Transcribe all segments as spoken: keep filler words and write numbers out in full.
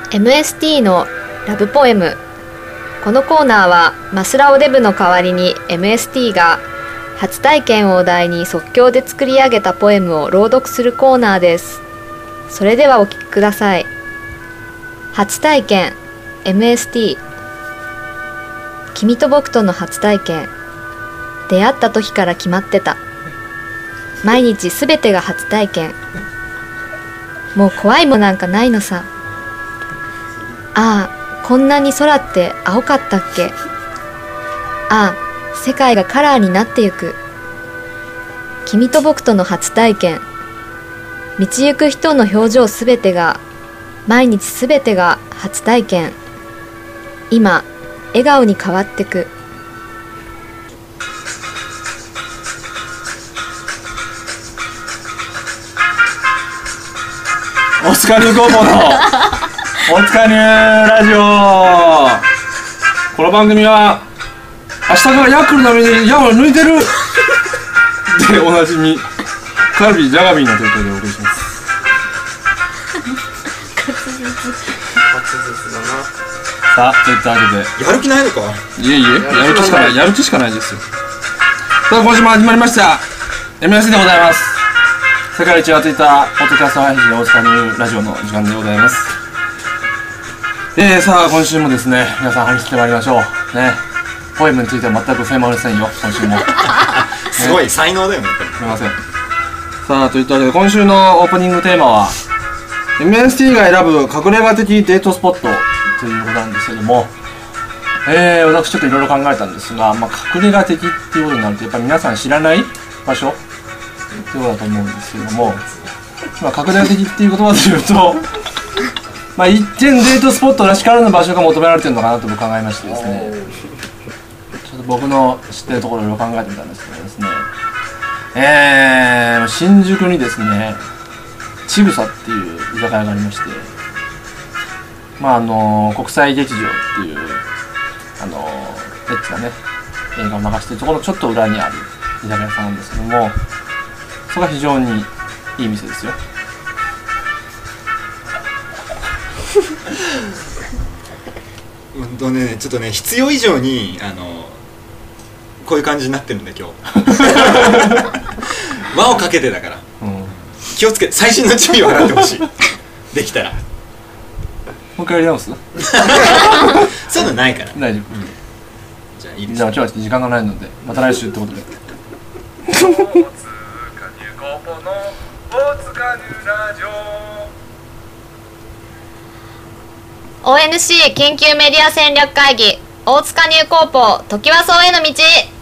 エムエスティー のラブポエム。このコーナーはマスラオデブの代わりに エムエスティー が初体験をお題に即興で作り上げたポエムを朗読するコーナーです。それではお聴きください。初体験 エムエスティー。 君と僕との初体験、出会った時から決まってた。毎日すべてが初体験。もう怖いもなんかないのさ。ああ、こんなに空って青かったっけ。ああ、世界がカラーになってゆく。君と僕との初体験。道行く人の表情すべてが、毎日すべてが初体験。今、笑顔に変わってく。 大塚ニュー高校の大塚ニューラジオ。この番組は明日からヤックルの身に矢を抜いてるでおなじみカルビージャガビーの提供でお送りします。 滑舌だな。 さあ、といったわけで、 やる気ないのか。 いえいえ、やる気しかない、やる気しかないですよ。さあ、今週も始まりました エムエス でございます。世界一熱いたポッドキャスト配信大塚ニューラジオの時間でございます。えー、さあ今週もですね、皆さん張り切ってまいりましょうね。ポエムについては全く触れませんよ、今週もすごい、ね、才能だよね。 すみません。さあといったわけで、今週のオープニングテーマは エムエスティー が選ぶ隠れ家的デートスポットということなんですけども、えー、私ちょっといろいろ考えたんですが、まあ、隠れ家的っていうことになるとやっぱり皆さん知らない場所ってことだと思うんですけども、まあ、隠れ家的っていう言葉で言うとまあ一見デートスポットらしからぬ場所が求められてるのかなと僕考えましてですね、ちょっと僕の知ってるところをいろいろ考えてみたんですけどですね、えー、新宿にですね、ちぐさっていう居酒屋がありまして、まああの国際劇場っていうあのエッチなね映画を流しているところのちょっと裏にある居酒屋さんなんですけども、それが非常にいい店ですよ。 うんとね、ちょっとね、必要以上にあのこういう感じになってるんで今日輪をかけてだから、うん、気をつけて細心の注意を払ってほしいできたらもう一回やり直すそういうのないから大丈夫、うん、 じゃあいいです。 じゃあ今日は時間がないのでまた来週ってことでオーエヌシー 研究メディア戦略会議大塚ニューコーポトキワ荘への道。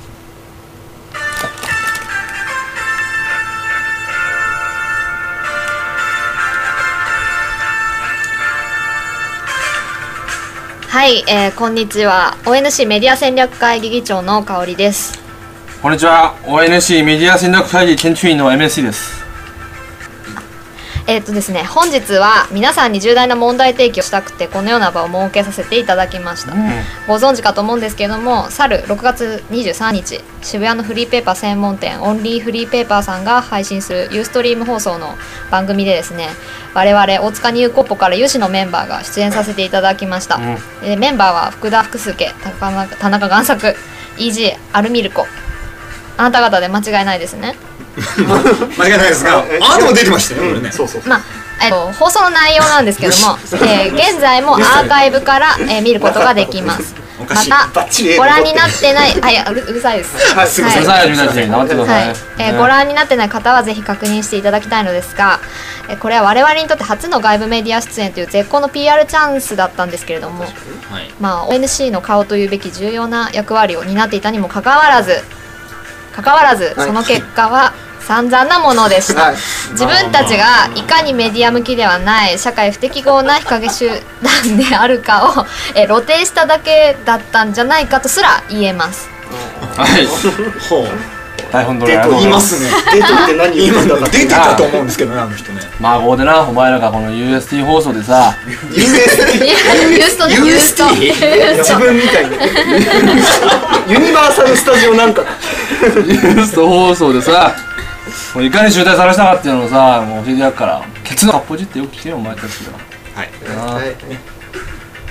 はい、えー、こんにちは。 オーエヌシー メディア戦略会議議長の香織です。 こんにちは。 オーエヌシー メディア戦略会議研究員の エムエスシー です。 えーっとですね、本日は皆さんに重大な問題提起をしたくてこのような場を設けさせていただきました、うん、ご存知かと思うんですけれども、去るろくがつにじゅうさんにち、渋谷のフリーペーパー専門店オンリーフリーペーパーさんが配信するユーストリーム放送の番組でですね、我々大塚ニューコーポから有志のメンバーが出演させていただきました、うん、でメンバーは福田福助、田中贋作、 イージー アルミルコ、あなた方で間違いないですね間違いないですが、あでも出てましたよ、これね。そうそうそう。 まあえっと、放送の内容なんですけども、えー、現在もアーカイブから、えー、見ることができます。またご覧になってない、あ、いや、うる、うるさいです。 はい、すみません、はい、皆さん黙ってください。はい、 えー、ご覧になってない方はぜひ確認していただきたいのですが、えー、これは我々にとって初の外部メディア出演という絶好の ピーアール チャンスだったんですけれども、はい、まあ オーエヌシー の顔というべき重要な役割を担っていたにもかかわらず、かかわらずその結果は散々なものでした、はい、自分たちがいかにメディア向きではない社会不適合な日陰集団であるかをえ露呈しただけだったんじゃないかとすら言えます。 はいほう台本通り言いますね。デートって何言うんだか出てたと思うんですけどね、あの人ね。 まあここでな、お前らがこの ユーエスティー 放送でさユーエスティー ユーストね、ユースト自分みたいにユニバーサルスタジオなんかユースト放送でさ、もういかに集大されしたかっていうのをさ、もう教えてやるから、ケツのかっぽじってよく聞けよお前たちは。 はい、はい、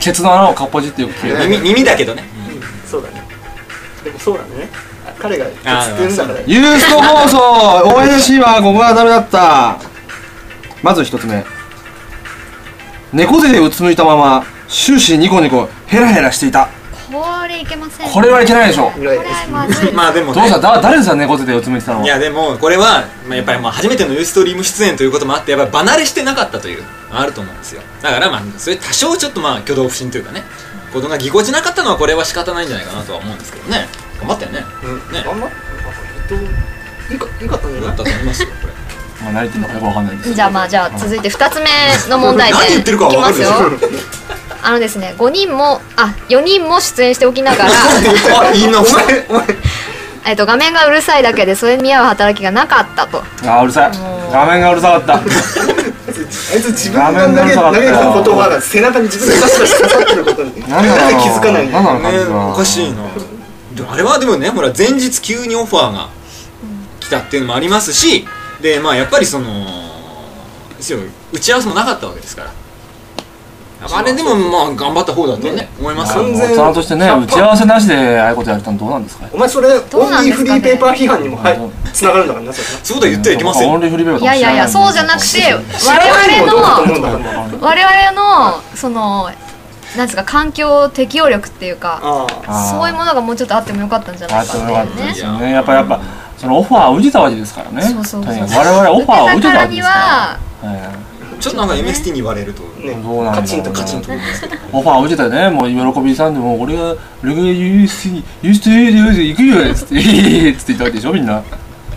ケツの穴をかっぽじってよく聞ける。 耳耳だけどね。 そうだね。でもそうだね。彼がケツって言うんだから。 ユースト放送 オーエヌシー はここがダメだった。まず一つ目、猫背でうつむいたまま終始ニコニコヘラヘラしていた。 これいけません、ね、 これはいけないでしょ。 これまずいまあでもどうしただ誰ですか猫背でうつむいてたの。 いやでもこれは、まあ、やっぱりまあ初めてのユーストリーム出演ということもあってやっぱり離れしてなかったというのがあると思うんですよ。だからまあそれ多少ちょっとまあ挙動不審というかね、ことがぎこちなかったのはこれは仕方ないんじゃないかなとは思うんですけどね。頑張ったよね。 うんね頑張っいいかいいかったんじゃない。 だったと思いますよこれ。 まあ何言ってんのかよくわかんないです。 じゃあまあじゃあ続いてふたつめの問題何言点ってるかはいきますよ。 分かるあのですねごにんもあよにんも出演しておきながらあいいなお前えっと画面がうるさいだけでそれに見合う働きがなかったと。 あーうるさい。画面がうるさかった。 あいつ自分の投げ投げた言葉が背中に自分でガシガシ刺さってることになんだろうなぜ気づかないんだ。 なんだろうねおかしいな。でもあれはでもねほら前日急にオファーが来たっていうのもありますし、でまあやっぱりそのですよ打ち合わせもなかったわけですから。あれでもまあ頑張った方だとね思いますよ。 完全大人としてね打ち合わせなしでああいうことやれたのどうなんですか。 お前それオどうなンリーフんですかねリーペーパー批判にもはい繋がるんだからなそれな。 そういうことは言ってはいけませんよ。 オンリーフリーペーパーいやいやいやそうじゃなくて我どうかと思 々のうんだから我々のそのなんですか環境適応力っていうかああそういうものがもうちょっとあってもよかったんじゃないかっていうあってもよかったでねすよね。やっぱやっぱそのオファーを受けたわけですからね。 そうそうそうとにかく我々オファーを受けたわけですから。はちょっとなんか エムエスティー に言われるとねどうなんだろうねカチンとカチンとオファーを受けたよね。もう喜びさんでも俺が俺がユースユーストエリアで行くよっつってええっつって言ったわけでしょみんな。 よ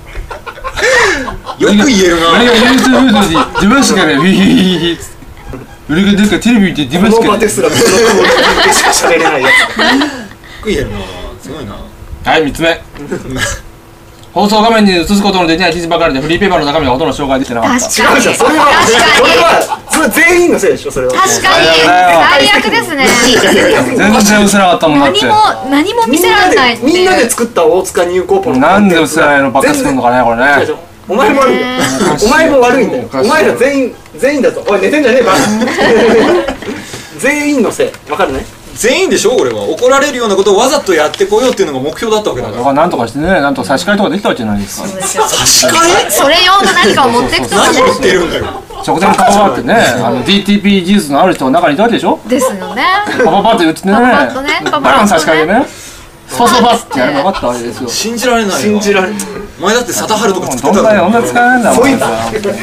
く言えるな。 俺がユーストエリアで出ましたからウィーっつって。俺がなんかテレビ見て出まこしたから。 の場ですらこのクオリティでしか喋れないやよく言えるな。すごいな。 はいみっつめ。放送画面に映すことのできない記事ばかりでフリーペーパーの中身がほとんど紹介できてなかった。 確かにつ違うじゃんそれは確かにそれはそれは全員のせいでしょそれは確かに最悪ですね全然映せなかったもんだって何も何も見せられないっていうみんなで作った大塚ニューコーポのなんで映せないのばっか作るのかねこれね。 お前も悪いんだよねお前も悪いんだよおかしいお前ら全員全員だぞおい寝てんじゃねえバカ全員のせいわかるね全員でしょ俺は怒られるようなことをわざとやってこようっていうのが目標だったわけだから。 だからなんとかしてねなんとか差し替えとかできたわけじゃないですか。 そうですよ差し替えそれ用の何かを持っていくとか何ね言ってるんだよ。 直前に関わってねあの ディーティーピー 技術のある人が中にいたわけでしょ。 ですよねパパパって言ってねパパッとねパパッとねバラン差し替えでねスパスパってやればよかったわけですよ。 信じられないわ。 信じられないお前だって貞治とか作ってどんなどんなたんだよ。 使えないんだもんそいつあ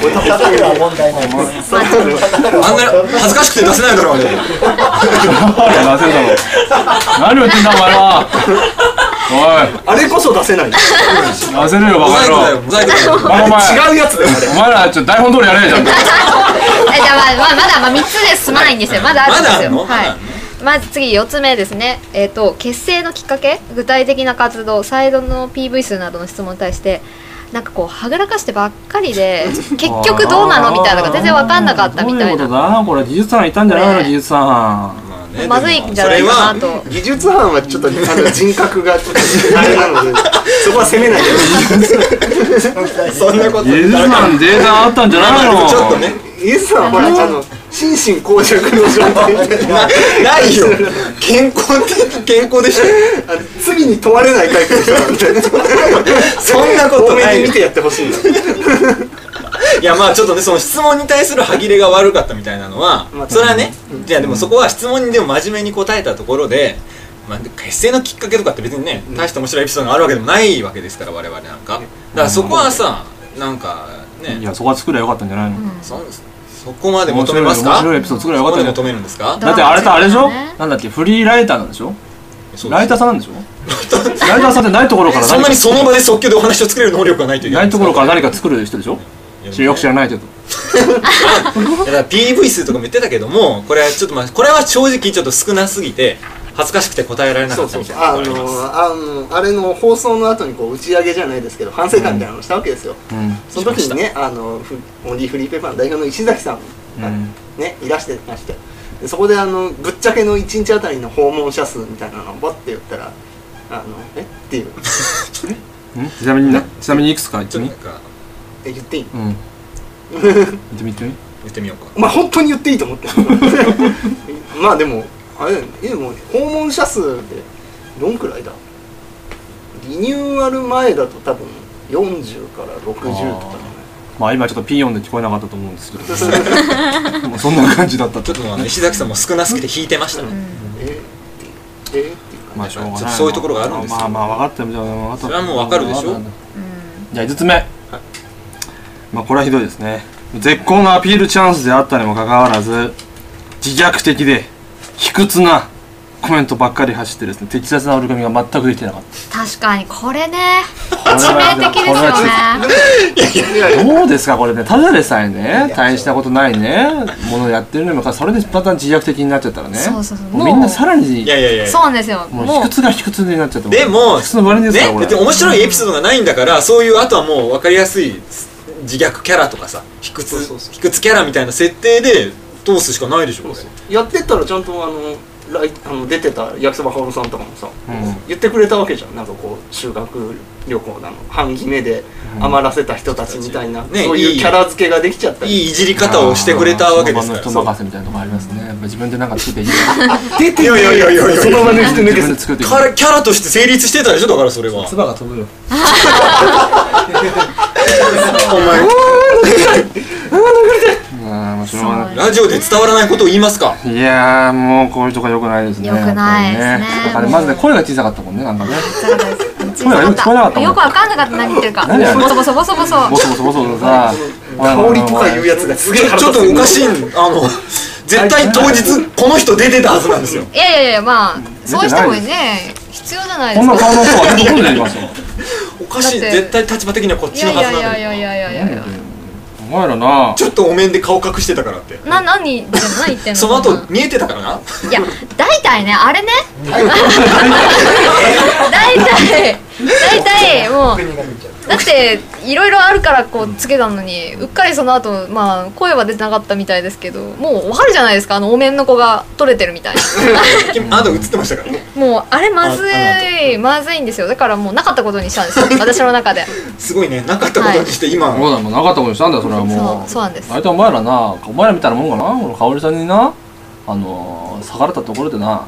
あんな恥ずかしくて出せないだろうあれ。 れ出せるだろ何を言ってんだお前は。 あれこそ出せないおい出せるよバモカ野郎。 ザイクだよモザイクだよ。 バカお前違うやつだよあれお前らちょっと台本通りやれよちゃんと。 えじゃあまあまあまだまあみっつで済まないんですよまだあるんですよまだあるのはいまず次よっつめですねえっと結成のきっかけ具体的な活動サイドの ピーブイ 数などの質問に対してなんかこうはぐらかしてばっかりで結局どうなのみたいなのが全然分かんなかったみたいどういうことなだこれ技術さんいたんじゃないのね技術さん。 まあねまずいんじゃないかなと技術班はちょっとあの人格がちょっとあれなのでそこは責めないでそんなこと技術さんデータあったんじゃないの。 ちょっとねイエスさんはほらあの心身耗弱の状態でなないよ。健康的健康でしょ。 あの罪に問われないタイプでしょそんなこと多ないよめに見てやってほしいんだいやまあちょっとねその質問に対する歯切れが悪かったみたいなのはまあそれはねじゃあでもそこは質問にでも真面目に答えたところで、まあ、結成のきっかけとかって別にね大して面白いエピソードがあるわけでもないわけですから我々なんかだからそこはさなんかねいやそこは作ればよかったんじゃないの。 そそこまで求めますか面白いエピソード作ればよかったんじゃない。 そこまで求めるんですかだってあれとあれでしょねなんだっけフリーライターなんでしょ。 そうライターさんなんでしょライターさんってないところからそんなにその場でで即興でお話を作れる能力がないといけなないいところから何か作る人でしょ。よく知らないけどだから ピーブイ 数とかも言ってたけどもこれはちょっとまあこれは正直ちょっと少なすぎて恥ずかしくて答えられなかったみたいなあところがありますのあのあれの放送の後にこう打ち上げじゃないですけど反省会みたいなのをしたわけですよ、 うんその時にねあのフオンリーフリーペーパーの代表の石崎さんがうんね、いらしてましてでそこであのぶっちゃけのいちにちあたりの訪問者数みたいなのをバッて言ったらあのえっていううんちなみにねちなみにいくつか言ってみちょっとなんかえ言っていいうん言ってみ言ってみ言ってみようかお前本当に言っていいと思ってるまあでもあれえでも訪問者数ってどんくらいだ。リニューアル前だと多分よんじゅうからろくじゅうとかね。 まあ今ちょっとピーヨンで聞こえなかったと思うんですけどもうそんな感じだったちょっとあの石崎さんも少なすぎて引いてましたね、 えっていうえっていうか、 まあしょうがないそういうところがあるんですよ。 まあまあ分かってるじゃあそれはもう分かるでしょ。 じゃあいつつめ、まあこれはひどいですね。絶好のアピールチャンスであったにもかかわらず自虐的で卑屈なコメントばっかり走ってですね、適切な折り込みが全くできてなかった。 確かにこれね致命的ですよね。 どうですかこれね、ただでさえね大したことないねものをやってるのにもそれでまた自虐的になっちゃったらね、 そうそうそう、 もうみんなさらにいやいやいやそうなんですよ。 もう卑屈が卑屈になっちゃってでも卑屈の割にですから、 ね、 これ別に面白いエピソードがないんだから、そういうあとはもう分かりやすい自虐キャラとかさ、卑屈そうそうそう卑屈キャラみたいな設定で通すしかないでしょこれ。 やってったらちゃんとあのライあの出てた焼きそばかおるさんとかもさ、 うん言ってくれたわけじゃん。なんかこう修学旅行なの半決めで余らせた人たちみたいな、 ねそういうキャラ付けができちゃったり、 いいいじり方をしてくれたわけですから。 その場の人任せみたいなとこありますね。やっぱ自分でなんか作っていい出ていやいやいやいやいやその場の人抜自けす分で作っていいキャラキャラとして成立してたでしょ。だからそれは唾が飛ぶよ。 お前ああもうしょうがない。 ラジオで伝わらないことを言いますか。 いやーもうこういうとこ良くないですね。 良くないですねやっぱりねなんかねまずね声が小さかったもんね、なんかね。 小声がよく聞こえなかったもん。 よくわかんなかった何言ってるか。 何やボソボソボソボソ。 ボソボソボソボソさ、 香りとかいうやつがすげえちょちょっとおかしい。あの絶対当日この人出てたはずなんですよ。 いやいやいや、まあそうしてもね必要じゃないですか。 こんな顔の人はどこでやりますよ。 おかしい。 だって絶対立場的にはこっちいやいのはずなのに。 やいやいやいやいやいやいや。 お前らなちょっとお面で顔隠してたからって。 な何言ってんの何言ってんの。 その後見えてたからな。 いや大体ねあれね。大体大体もうだっていろいろあるからこうつけたのにうっかりその後まあ声は出てなかったみたいですけど、もうわかるじゃないですか、あのお面の子が取れてるみたいな。 あなた映ってましたからね。 もうあれまずいまずいんですよ。だからもうなかったことにしたんですよ私の中で。 すごいね、なかったことにして今、 そうだもうなかったことにしたんだよそれはもそううそうなんです。 大体お前らなお前らみたいなもんかな、この香織さんになあのー、裂かれたところでな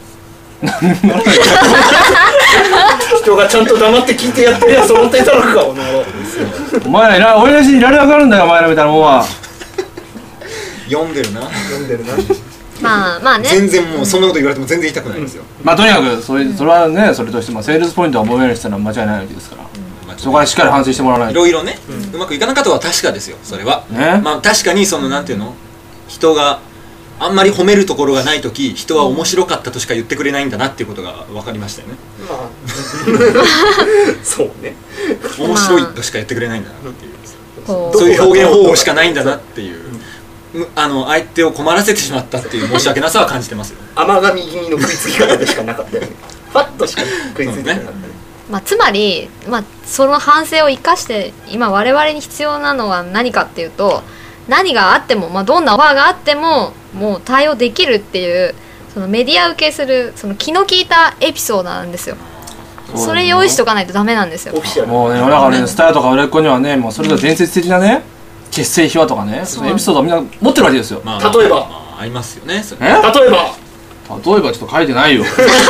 人がちゃんと黙って聞いてやってるやつ思っていたのかおのお前らいら俺らしにいられなくなるんだよお前らみたいなもんは。 読んでるな。 読んでるな。 まあまあね。 全然もうそんなこと言われても全然痛くないですよ。 まあとにかくそれそれはねそれとしてもセールスポイントは覚えるようにしたのは間違いないわけですから、 まあそこはしっかり反省してもらわないいとろいろね、うまくいかなかったのは確かですよそれは。 ね。 まあ確かにそのなんていうの、人があんまり褒めるところがないとき人は面白かったとしか言ってくれないんだなっていうことが分かりましたよね。 まあそうね。 面白いとしか言ってくれないんだなっていう、 こうそういう表現方法しかないんだなっていう、むあの相手を困らせてしまったっていう申し訳なさは感じてますよ。 甘噛み気味の食いつき方でしかなかったよね。ファッとしか食いついてなかったね。 まあ、つまり、まあ、その反省を生かして今我々に必要なのは何かっていうと、何があっても、まあ、どんなオファーがあってももう対応できるっていうそのメディア受けするその気の利いたエピソードなんですよ。それ用意しとかないとダメなんですよ。 オフィシャル。 もうね、世の中のねスターとか売れっ子にはねもうそれぞれ伝説的なね結成秘話とかねそのエピソードをみんな持ってるわけですよ。 まあ、 例えばまあ、ありますよねそれ。 え例えば例えばちょっと書いてないよ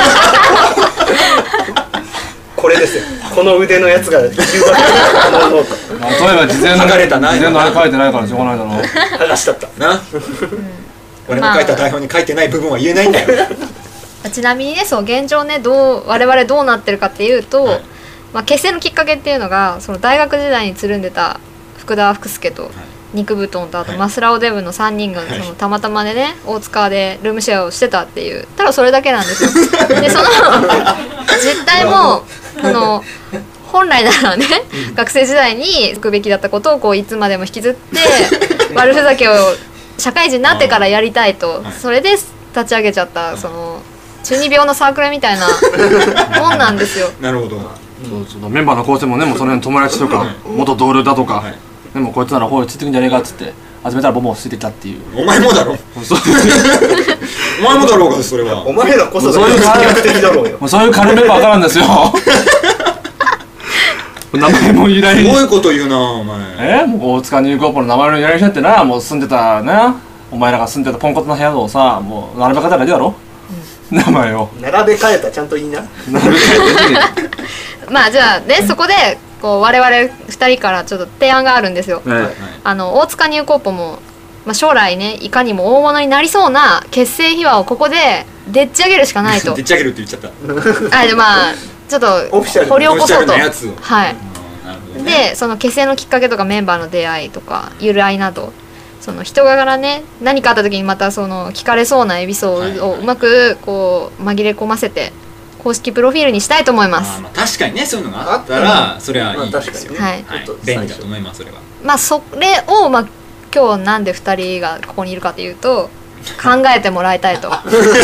これですよ。この腕のやつが言うわけだからこのノート例えば事前の書かれたな事前のあれ書いてないからしょうがないだろう。 剥がしちゃった。 な、俺の書いた台本に書いてない部分は言えないんだよ。 ちなみにね、そう現状ねどう我々どうなってるかっていうと、 はいまあ、結成のきっかけっていうのがその大学時代につるんでた福田福助と肉布団とあとはいマスラオデブのさんにんがはいそのたまたまでね大塚でルームシェアをしてたっていうただそれだけなんですよ。でその実態もあの本来ならね学生時代にすくべきだったことをこういつまでも引きずって悪ふざけを社会人になってからやりたいと、 はいそれで立ち上げちゃったその中二病のサークルみたいなもんなんですよ。 なるほど。 そうそうメンバーの構成もねもうその辺友達とか元同僚だとか、 はいでもこいつなら方位ついてくんじゃねえかっつって集めたらボンボンついてきたっていうお前もだろ。 そうお前もだろうがそれは。 お前らこそそういうが逆的だろうよ。 もうそういう軽メンバーからんですよ名前も由来にすごいこと言うなお前。 えもう大塚ニューコーポの名前の由来にしちゃってなもう住んでたなお前らが住んでたポンコツの部屋をさもう並べ方だけだろ名前を並べ替えた、ちゃんといいな。 まあじゃあね、そこでこう我々ふたりからちょっと提案があるんですよ。 はいあの大塚ニューコーポも、まあ、将来ねいかにも大物になりそうな結成秘話をここででっち上げるしかないとでっち上げるって言っちゃったあでまあちょっとオフィシャル掘り起こそうとオフィシャルなやつをはいうんなるほどねでその結成のきっかけとかメンバーの出会いとか由来などその人柄ね何かあった時にまたその聞かれそうなエピソードをうまくこう紛れ込ませて公式プロフィールにしたいと思います。 あーまあ確かにねそういうのがあったらそれはいいですよ、 まあはいはいちょっと便利だと思いますそれはまあそれをまあ今日なんでふたりがここにいるかというと考えてもらいたいと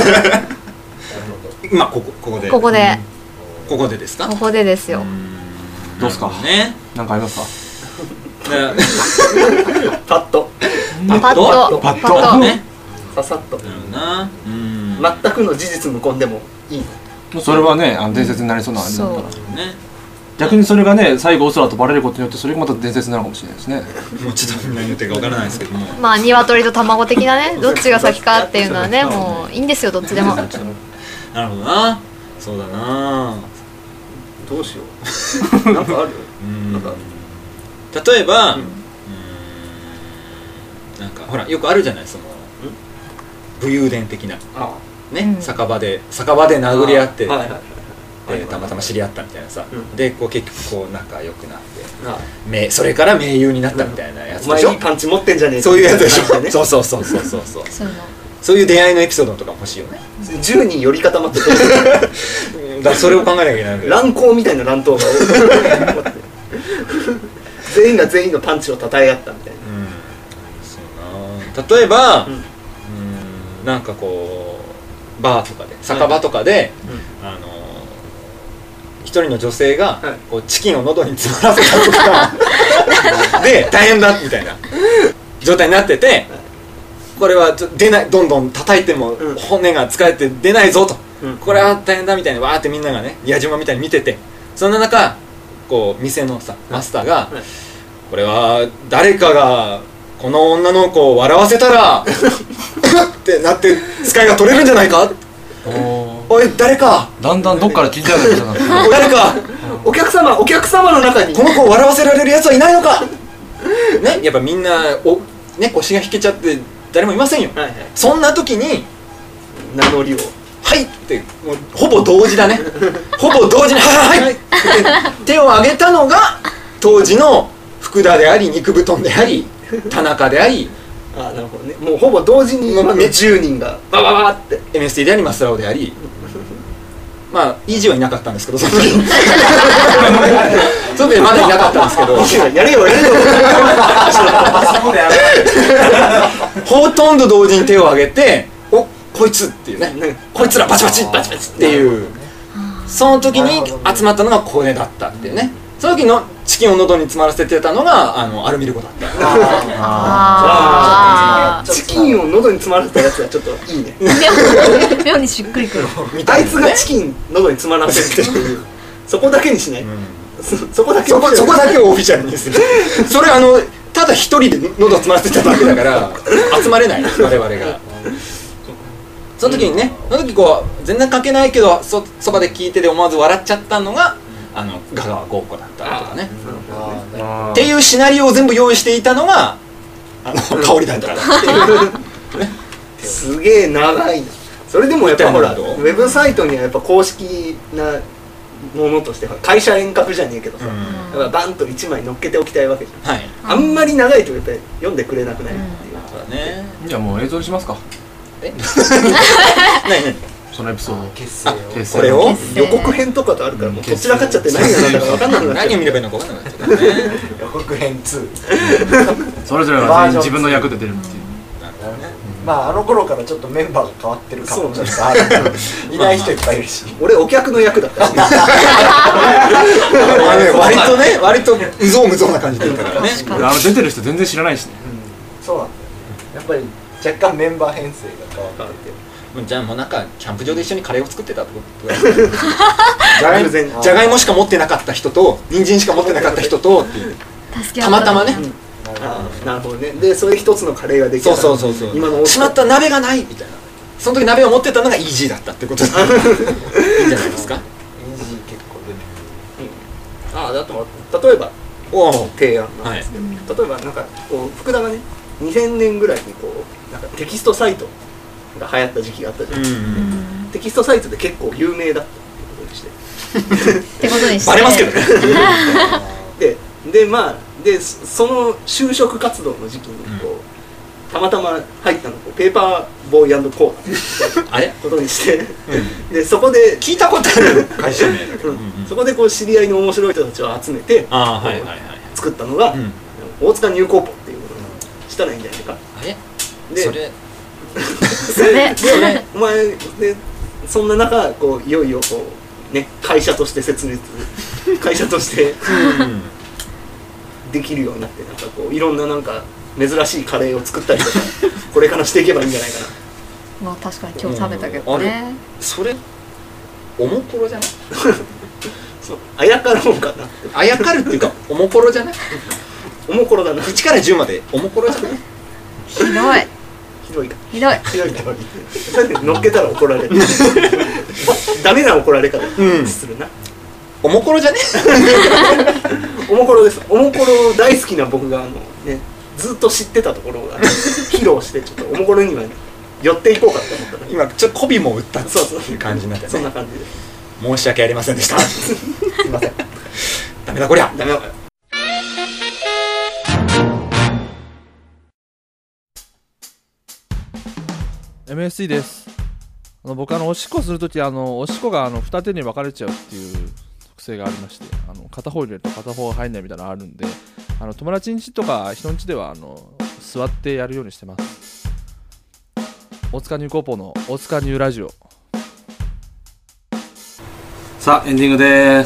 今ここここでここでここでですかここでですよ。 どうすかねなんかありますかだパッとパッとパッとパッとねささっとなるほどなうん全くの事実無根でもいい。 それはねあの伝説になりそうなあれだったらそうね逆にそれがね最後オスラとバレることによってそれがまた伝説になるかもしれないですねもうちょっと何言ってるかわからないですけどもまあ鶏と卵的なねどっちが先かっていうのはねもういいんですよどっちでも。 なるほどなそうだなどうしよう。なんかある？ うんなんか例えば、 ううんん、なんかほらよくあるじゃないその武勇伝的なあね、 うん酒場で酒場で殴り合って、 はいはいはいでたまたま知り合ったみたいなさ、 うんでこう結局こう仲良くなってあめそれから盟友になったみたいなやつでしょ、 お前いいパンチ持ってんじゃねえかそういうやつでしょ、 みたいなそうそうそうそうそうそうそういうのそういう出会いのエピソードとか欲しいよねじゅうにん寄り固まってうんだからそれを考えなきゃいけないわけだよ乱行みたいな乱闘が全員が全員のパンチを称え合ったみたいな。 うんそうな例えば、 うんうんなんかこうバーとかで酒場とかで、あの一人の女性が、 はいこうチキンを喉に詰まらせたとかで大変だみたいな状態になっててこれはちょ出ないどんどん叩いてもうん骨が疲れて出ないぞと、 うんこれは大変だみたいなわーってみんながね矢島みたいに見ててそんな中こう店のさマスターが、 はいこれは誰かがこの女の子を笑わせたらってなって使いが取れるんじゃないかおい誰かだんだんどっから聞いちゃうようになっておい誰かお客様お客様の中にこの子を笑わせられるやつはいないのかねやっぱみんなお、ね、腰が引けちゃって誰もいませんよはいはいそんな時に名乗りをはいってもうほぼ同時だねほぼ同時にはいはいはいって手を挙げたのが当時の福田であり肉布団であり田中でありあなるほどねもうほぼ同時にもう今のじゅうにんがババババってエムエスティー でありマスラオでありまあイージーはいなかったんですけどその時その時まだいなかったんですけどやれよやれよほとんど同時に手を挙げておこいつっていうねねこいつらバチバチバチバチっていうその時に集まったのがコネだったっていうねその時のチキンを喉に詰まらせてたのがあのアルミルコだったあチキンを喉に詰まらせたやつはちょっといいねあ妙にしっくりくるあいつがチキン喉に詰まらせるっていうそこだけにしない、 うんそ, そこだけそこそこだけをオフィシャルにするそれあのただ一人で喉詰まらせてただけだから集まれない我々がその時にねその時こう全然関係ないけど そ, そばで聞いてて思わず笑っちゃったのがあの香川豪子だったとかねあっていうシナリオを全部用意していたのがあの香りだったからっていうすげえ長いなそれでもやっぱほらウみたいなのェブサイトにはやっぱ公式なものとして会社遠隔じゃねえけどさ、 うんやっぱバンといちまい乗っけておきたいわけじゃんはいあんまり長いとやっぱり読んでくれなくないっていう、 そうだねじゃあもう映像にしますかえ何何そのエピソード結成を結成これを予告編とかとあるからもうこちらかっちゃって何が何だか分かんなくなっちゃう何を見ればいいのか分かんなくなっちゃったね予告編ツそれぞれが全員自分の役で出るっていうなるほどねーまああの頃からちょっとメンバーが変わってる感もちょっとあるいない人いっぱいいるし俺お客の役だったしあの割とね割とうぞうむぞうな感じでいたからね俺あの出てる人全然知らないしねそうなんだよやっぱり若干メンバー編成が変わってじゃあもうなんかキャンプ場で一緒にカレーを作ってたってことじゃがい偶然じゃがいもしか持ってなかった人と人参しか持ってなかった人とっていう助け合ったたまたまねあーなるほどねでそれ一つのカレーができたそうそうそうそう今のしまった鍋がないみたいなその時鍋を持ってたのがイージーだったってことでいいんじゃないですか。 イージー結構出てああだと例えばおお提案なんですけど、例えばなんかこう福田がねにせんねんぐらいにこうなんかテキストサイトが流行った時期があったじゃないですか、 うんテキストサイトで結構有名だったってことにしてってことにしてバレますけどねででまあでその就職活動の時期にこう、うん、たまたま入ったのこうペーパーボーイ&コーナーあれことにして、うん、でそこで聞いたことある会社名だけど、うんうん、そこでこう知り合いの面白い人たちを集めてあ、はいはいはい、 作ったのが、うん、大塚ニューコーポっていうものにしたらいいんじゃないか。 あれでそれそれでお前でそんな中こういよいよこうね会社として設立会社としてできるようになってなんかこういろんななんか珍しいカレーを作ったりとかこれからしていけばいいんじゃないかな。 まあ確かに今日食べたけどね、 うん、それおもころじゃないそうあやかろうかなってあやかるっていうかおもころじゃないおもころだな。 いちからじゅうまでおもころじゃないひどいひどいかひどいひどいか乗っけたら怒られるダメな怒られ方するな、 うん、おもころじゃねおもころです。おもころ大好きな僕があのねずっと知ってたところが披露してちょっとおもころには寄っていこうかって思ったら今ちょっと媚びも打ったってそうそういう感じになってね。 そんな感じです。 申し訳ありませんでしたすいませんダメだこりゃダメだ。 エムエスティー です。あの僕あのおしっこするときあのおしっこがあの二手に分かれちゃうっていう特性がありまして、あの片方入れると片方入んないみたいなのあるんで、あの友達ん家とか人ん家ではあの座ってやるようにしてます。大塚ニューコーポの大塚ニューラジオ。さあエンディングです。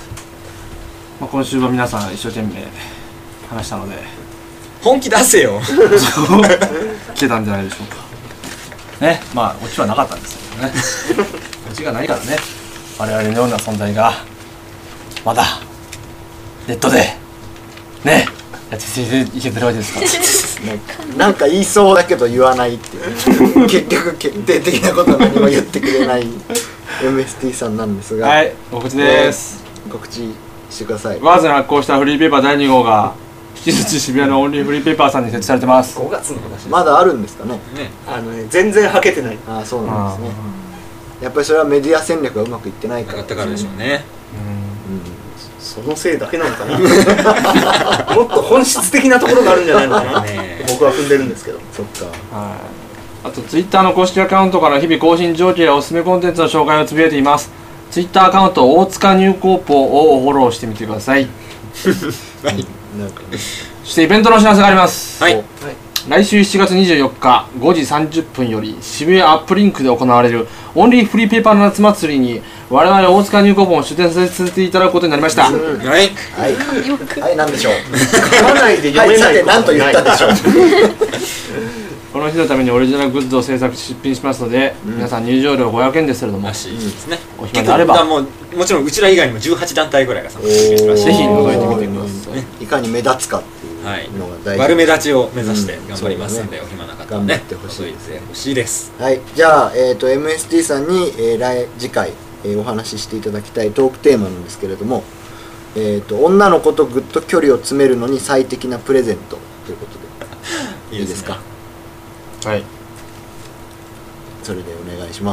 まあ、今週は皆さん一生懸命話したので本気出せよ来てたんじゃないでしょうかね。まあオチはなかったんですけどねオチがないからね、我々のような存在がまだネットでねやっていけてるわけですからなんか言いそうだけど言わないっていう結局決定的なことは何も言ってくれない エムエスティー さんなんですが、 はい、告知です、 えー、告知してください。 ワーズに発行したフリーペーパーだいに号が引き続き渋谷のオンリーフリーペーパーさんに設置されてます。 ごがつの話です。 まだあるんですかね。 ねあのね全然はけてない。 ああそうなんですね。やっぱりそれはメディア戦略がうまくいってないからだからでしょうね。 うん、うん、 そのせいだけなのかなもっと本質的なところがあるんじゃないのかなね僕は踏んでるんですけど。 そっか。 はい、あとツイッターの公式アカウントから日々更新状況やおすすめコンテンツの紹介をつぶやいています。ツイッターアカウント大塚ニューコーポをフォローしてみてくださいはいなんかね、 そしてイベントのお知らせがあります。 はい、 来週しちがつにじゅうよっかごじさんじゅっぷんより渋谷アップリンクで行われるオンリーフリーペーパーの夏祭りに我々大塚ニューコーポを出展させていただくことになりました、うん、 はいはいはい、なんでしょう噛まないで読めない、 はい、さて何と言ったでしょうこの日のためにオリジナルグッズを制作し出品しますので、うん、皆さん入場料ごひゃくえんですけれども、 らしいですね。 お暇であればもうもちろんうちら以外にもじゅうはちだんたいぐらいが参加してくれるらしい。 ぜひ覗いてみてください、 ね、いかに目立つかっていうのが大事、 はい、悪目立ちを目指して頑張りますので、うん、お暇な方はね頑張ってほしい覗いてほしいです。 はい、じゃあ、えー、と エムエスティー さんに、えー、来次回、えー、お話ししていただきたいトークテーマなんですけれども、えー、と女の子とぐっと距離を詰めるのに最適なプレゼントということでいいですか。 はい、 それでお願いします。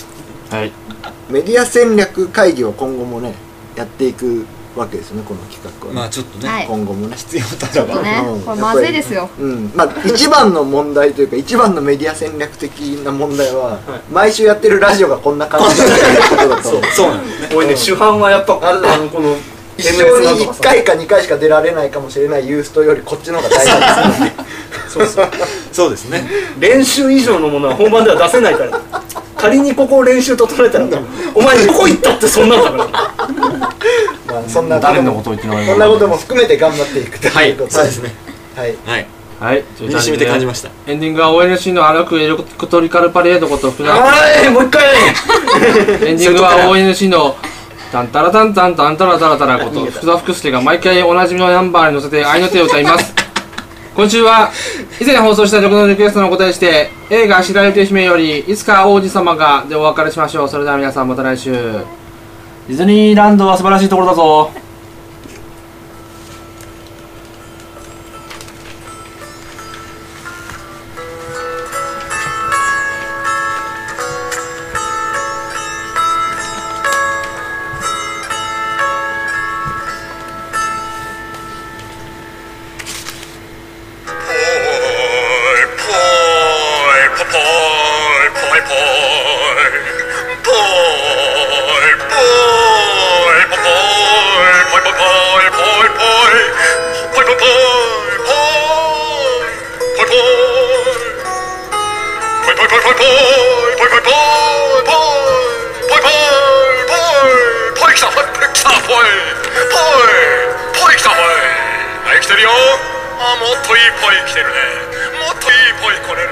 はい、 メディア戦略会議は今後もねやっていくわけですよね、この企画は、ね、 まあちょっとね、 はい、 今後もね必要だらばね、うん、これまずいですよ。 うんまあ、一番の問題というか一番のメディア戦略的な問題は、はい、毎週やってるラジオがこんな感じだということだとそうそうなんですね。 おいね、主犯はやっぱあのこの一生にいっかいかにかいしか出られないかもしれないユーストよりこっちの方が大事ですよねそうそうそうですね。 練習以上のものは本番では出せないから仮にここを練習と捉えたらお前どこ行ったってそんなんだからまあそんな誰のことを言ってないそんなことも含めて頑張っていくということそうですね。 はいはいはい、 身に染みて感じました。 エンディングは オーエヌシー の歩くエレクトリカルパレードこと福田。 おいもう一回エンディングは オーエヌシー のタンタラタンタンタンタラタラタラこと福田福助が毎回おなじみのナンバーに乗せて愛の手を歌います今週は以前放送した曲のリクエストのお答えして映画白雪姫よりいつか王子様がでお別れしましょう。それでは皆さんまた来週。ディズニーランドは素晴らしいところだぞ。 生きてるよ。あ、もっといいポイ来てるね。もっといいポイ来れる